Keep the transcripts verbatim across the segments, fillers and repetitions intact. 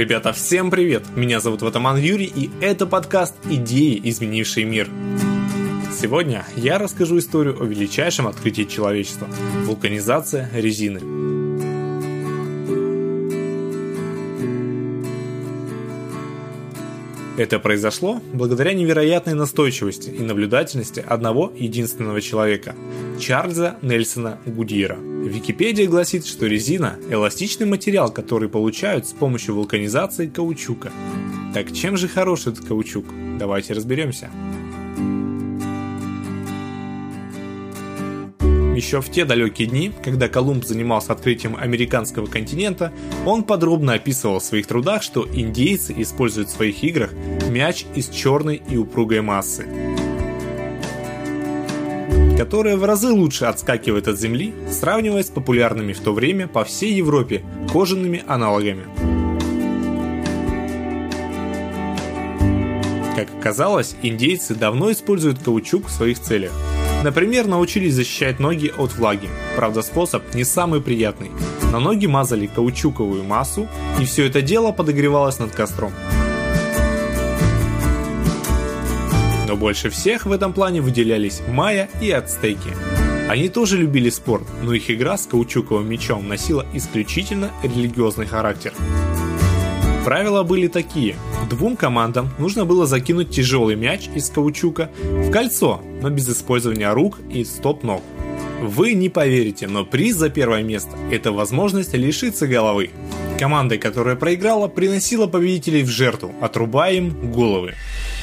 Ребята, всем привет! Меня зовут Ватаман Юрий, и это подкаст «Идеи, изменившие мир». Сегодня я расскажу историю о величайшем открытии человечества – вулканизация резины. Это произошло благодаря невероятной настойчивости и наблюдательности одного единственного человека – Чарльза Нельсона Гудьера. Википедия гласит, что резина – эластичный материал, который получают с помощью вулканизации каучука. Так чем же хорош этот каучук? Давайте разберемся. Еще в те далекие дни, когда Колумб занимался открытием американского континента, он подробно описывал в своих трудах, что индейцы используют в своих играх мяч из черной и упругой массы, которая в разы лучше отскакивает от земли, сравнивая с популярными в то время по всей Европе кожаными аналогами. Как оказалось, индейцы давно используют каучук в своих целях. Например, научились защищать ноги от влаги. Правда, способ не самый приятный. На ноги мазали каучуковую массу, и все это дело подогревалось над костром. Но больше всех в этом плане выделялись майя и ацтеки. Они тоже любили спорт, но их игра с каучуковым мячом носила исключительно религиозный характер. Правила были такие. Двум командам нужно было закинуть тяжелый мяч из каучука в кольцо, но без использования рук и стоп-ног. Вы не поверите, но приз за первое место – это возможность лишиться головы. Команда, которая проиграла, приносила победителей в жертву, отрубая им головы.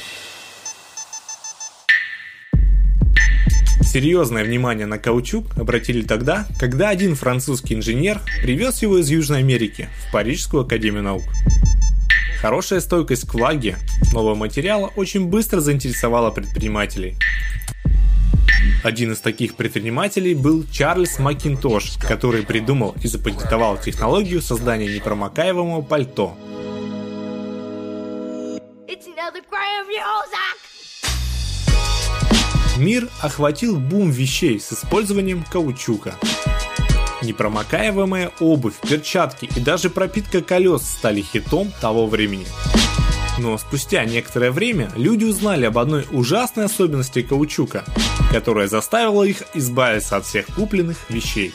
Серьезное внимание на каучук обратили тогда, когда один французский инженер привез его из Южной Америки в Парижскую академию наук. Хорошая стойкость к влаге нового материала очень быстро заинтересовала предпринимателей. Один из таких предпринимателей был Чарльз Макинтош, который придумал и запатентовал технологию создания непромокаемого пальто. Мир охватил бум вещей с использованием каучука. Непромокаемая обувь, перчатки и даже пропитка колес стали хитом того времени. Но спустя некоторое время люди узнали об одной ужасной особенности каучука, которая заставила их избавиться от всех купленных вещей.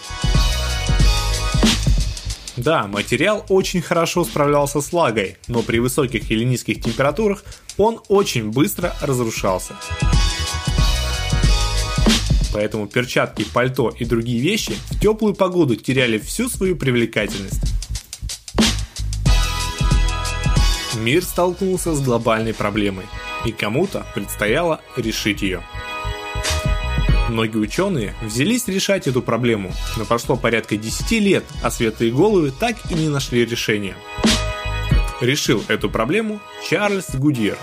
Да, материал очень хорошо справлялся с влагой, но при высоких или низких температурах он очень быстро разрушался. Поэтому перчатки, пальто и другие вещи в теплую погоду теряли всю свою привлекательность. Мир столкнулся с глобальной проблемой, и кому-то предстояло решить ее. Многие ученые взялись решать эту проблему, но прошло порядка десяти лет, а светлые головы так и не нашли решения. Решил эту проблему Чарльз Гудьер.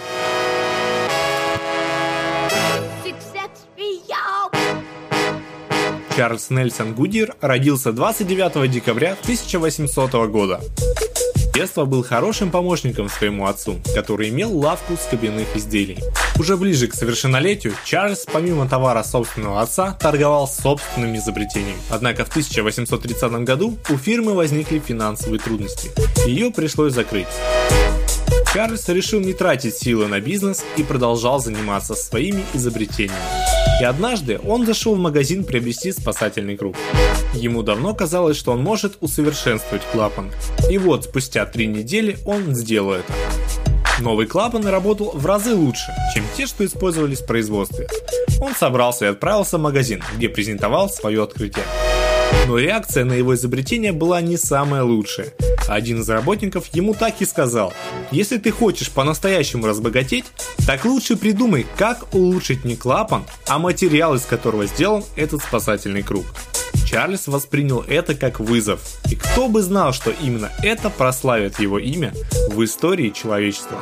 Чарльз Нельсон Гудьер родился двадцать девятого декабря тысяча восьмисотого года. С детства был хорошим помощником своему отцу, который имел лавку скобяных изделий. Уже ближе к совершеннолетию Чарльз, помимо товара собственного отца, торговал собственным изобретением. Однако в тысяча восемьсот тридцатом году у фирмы возникли финансовые трудности. Ее пришлось закрыть. Чарльз решил не тратить силы на бизнес и продолжал заниматься своими изобретениями. И однажды он зашел в магазин приобрести спасательный круг. Ему давно казалось, что он может усовершенствовать клапан. И вот спустя три недели он сделал это. Новый клапан работал в разы лучше, чем те, что использовались в производстве. Он собрался и отправился в магазин, где презентовал свое открытие. Но реакция на его изобретение была не самая лучшая. Один из работников ему так и сказал: если ты хочешь по-настоящему разбогатеть, так лучше придумай, как улучшить не клапан, а материал, из которого сделан этот спасательный круг. Чарльз воспринял это как вызов, и кто бы знал, что именно это прославит его имя в истории человечества.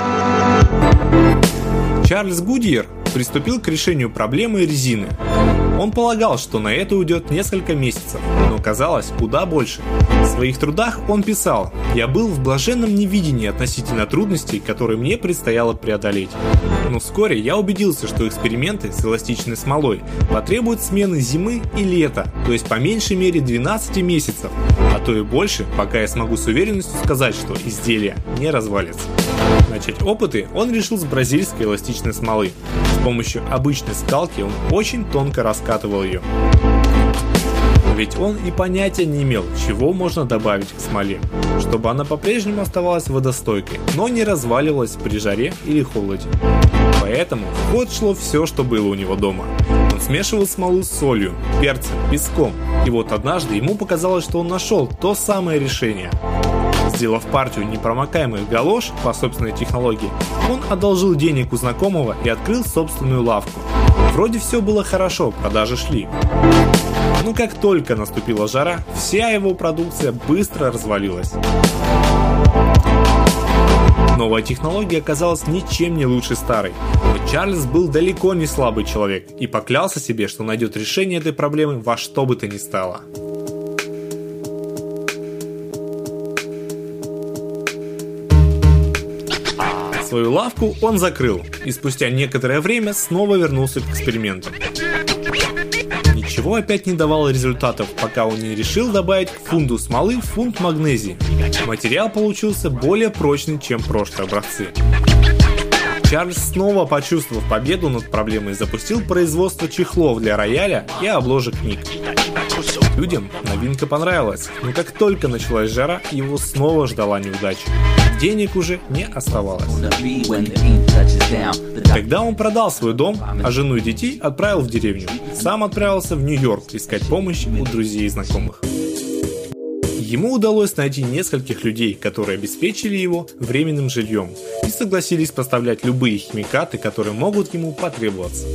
Чарльз Гудьер приступил к решению проблемы резины. Он полагал, что на это уйдет несколько месяцев, но казалось куда больше. В своих трудах он писал: «Я был в блаженном невидении относительно трудностей, которые мне предстояло преодолеть. Но вскоре я убедился, что эксперименты с эластичной смолой потребуют смены зимы и лета, то есть по меньшей мере двенадцати месяцев, а то и больше, пока я смогу с уверенностью сказать, что изделие не развалится». Начать опыты он решил с бразильской эластичной смолы. С помощью обычной скалки он очень тонко раскатывал ее. Ведь он и понятия не имел, чего можно добавить к смоле, чтобы она по-прежнему оставалась водостойкой, но не разваливалась при жаре или холоде. Поэтому в ход шло все, что было у него дома. Он смешивал смолу с солью, перцем, песком, и вот однажды ему показалось, что он нашел то самое решение. Сделав партию непромокаемых галош по собственной технологии, он одолжил денег у знакомого и открыл собственную лавку. Вроде все было хорошо, продажи шли. Но как только наступила жара, вся его продукция быстро развалилась. Новая технология оказалась ничем не лучше старой, но Чарльз был далеко не слабый человек и поклялся себе, что найдет решение этой проблемы во что бы то ни стало. Свою лавку он закрыл и спустя некоторое время снова вернулся к эксперименту. Ничего опять не давало результатов, пока он не решил добавить к фунту смолы фунт магнезии. Материал получился более прочный, чем прошлые образцы. Чарльз, снова почувствовав победу над проблемой, запустил производство чехлов для рояля и обложек книг. Людям новинка понравилась, но как только началась жара, его снова ждала неудача. Денег уже не оставалось. Тогда он продал свой дом, а жену и детей отправил в деревню. Сам отправился в Нью-Йорк искать помощи у друзей и знакомых. Ему удалось найти нескольких людей, которые обеспечили его временным жильем и согласились поставлять любые химикаты, которые могут ему потребоваться.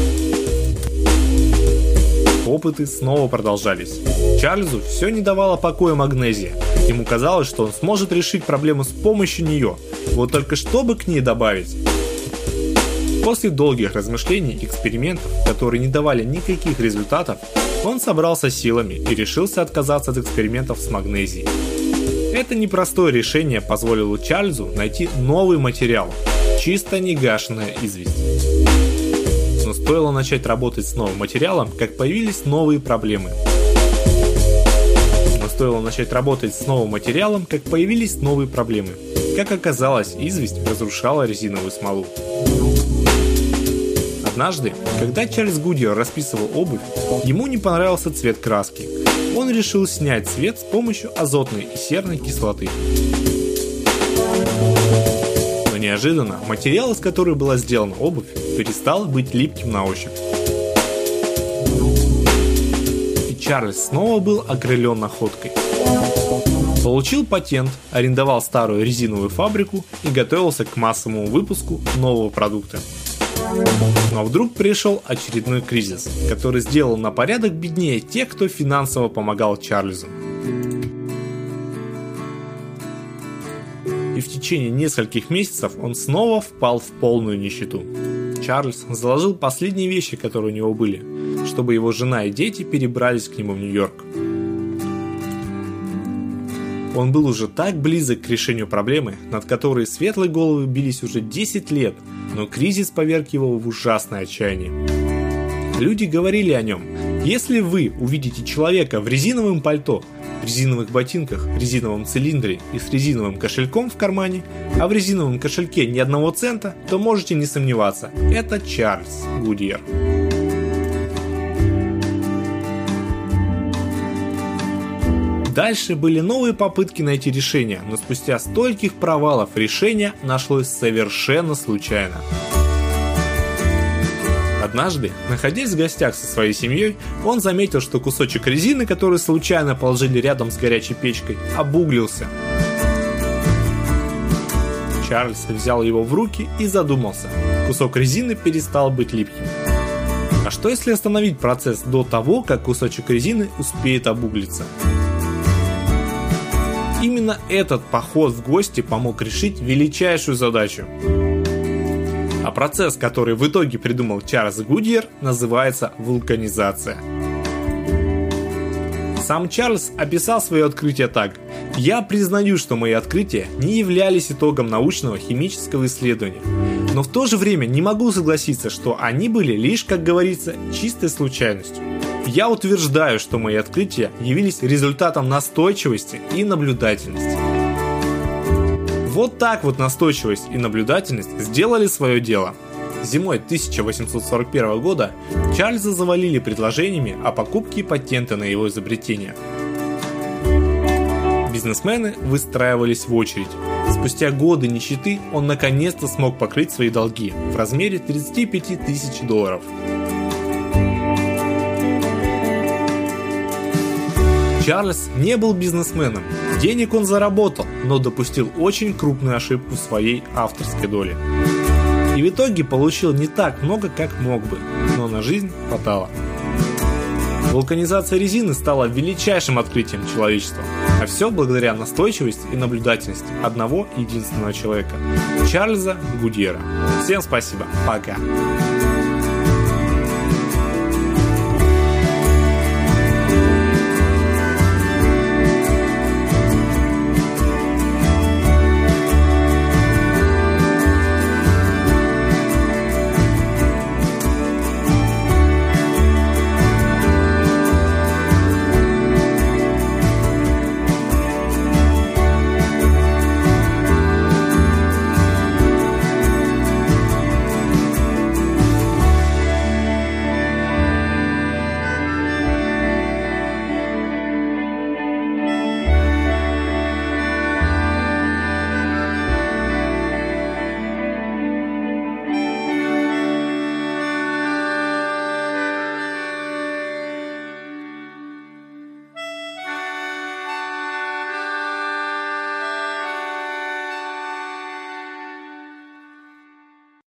Опыты снова продолжались. Чарльзу все не давало покоя магнезия. Ему казалось, что он сможет решить проблему с помощью нее. Вот только что бы к ней добавить? После долгих размышлений и экспериментов, которые не давали никаких результатов, он собрался силами и решился отказаться от экспериментов с магнезией. Это непростое решение позволило Чарльзу найти новый материал – чисто негашенная известь. Но стоило начать работать с новым материалом, как появились новые проблемы. Но стоило начать работать с новым материалом, как появились новые проблемы. Как оказалось, известь разрушала резиновую смолу. Однажды, когда Чарльз Гудьер расписывал обувь, ему не понравился цвет краски. Он решил снять цвет с помощью азотной и серной кислоты. Но неожиданно материал, из которого была сделана обувь, перестал быть липким на ощупь. И Чарльз снова был окрылен находкой. Получил патент, арендовал старую резиновую фабрику и готовился к массовому выпуску нового продукта. Но вдруг пришел очередной кризис, который сделал на порядок беднее тех, кто финансово помогал Чарльзу. И в течение нескольких месяцев он снова впал в полную нищету. Чарльз заложил последние вещи, которые у него были, чтобы его жена и дети перебрались к нему в Нью-Йорк. Он был уже так близок к решению проблемы, над которой светлые головы бились уже десять лет, но кризис поверг его в ужасное отчаяние. Люди говорили о нем: если вы увидите человека в резиновом пальто, резиновых ботинках, резиновом цилиндре и с резиновым кошельком в кармане, а в резиновом кошельке ни одного цента, то можете не сомневаться, это Чарльз Гудьер. Дальше были новые попытки найти решение, но спустя стольких провалов решение нашлось совершенно случайно. Однажды, находясь в гостях со своей семьей, он заметил, что кусочек резины, который случайно положили рядом с горячей печкой, обуглился. Чарльз взял его в руки и задумался. Кусок резины перестал быть липким. А что если остановить процесс до того, как кусочек резины успеет обуглиться? Именно этот поход в гости помог решить величайшую задачу. А процесс, который в итоге придумал Чарльз Гудьер, называется вулканизация. Сам Чарльз описал свое открытие так: «Я признаю, что мои открытия не являлись итогом научного химического исследования, но в то же время не могу согласиться, что они были лишь, как говорится, чистой случайностью. Я утверждаю, что мои открытия явились результатом настойчивости и наблюдательности». Вот так вот настойчивость и наблюдательность сделали свое дело. Зимой тысяча восемьсот сорок первого года Чарльза завалили предложениями о покупке патента на его изобретение. Бизнесмены выстраивались в очередь. Спустя годы нищеты он наконец-то смог покрыть свои долги в размере тридцати пяти тысяч долларов. Чарльз не был бизнесменом. Денег он заработал, но допустил очень крупную ошибку в своей авторской доле. И в итоге получил не так много, как мог бы, но на жизнь хватало. Вулканизация резины стала величайшим открытием человечества, а все благодаря настойчивости и наблюдательности одного единственного человека – Чарльза Гудьера. Всем спасибо, пока!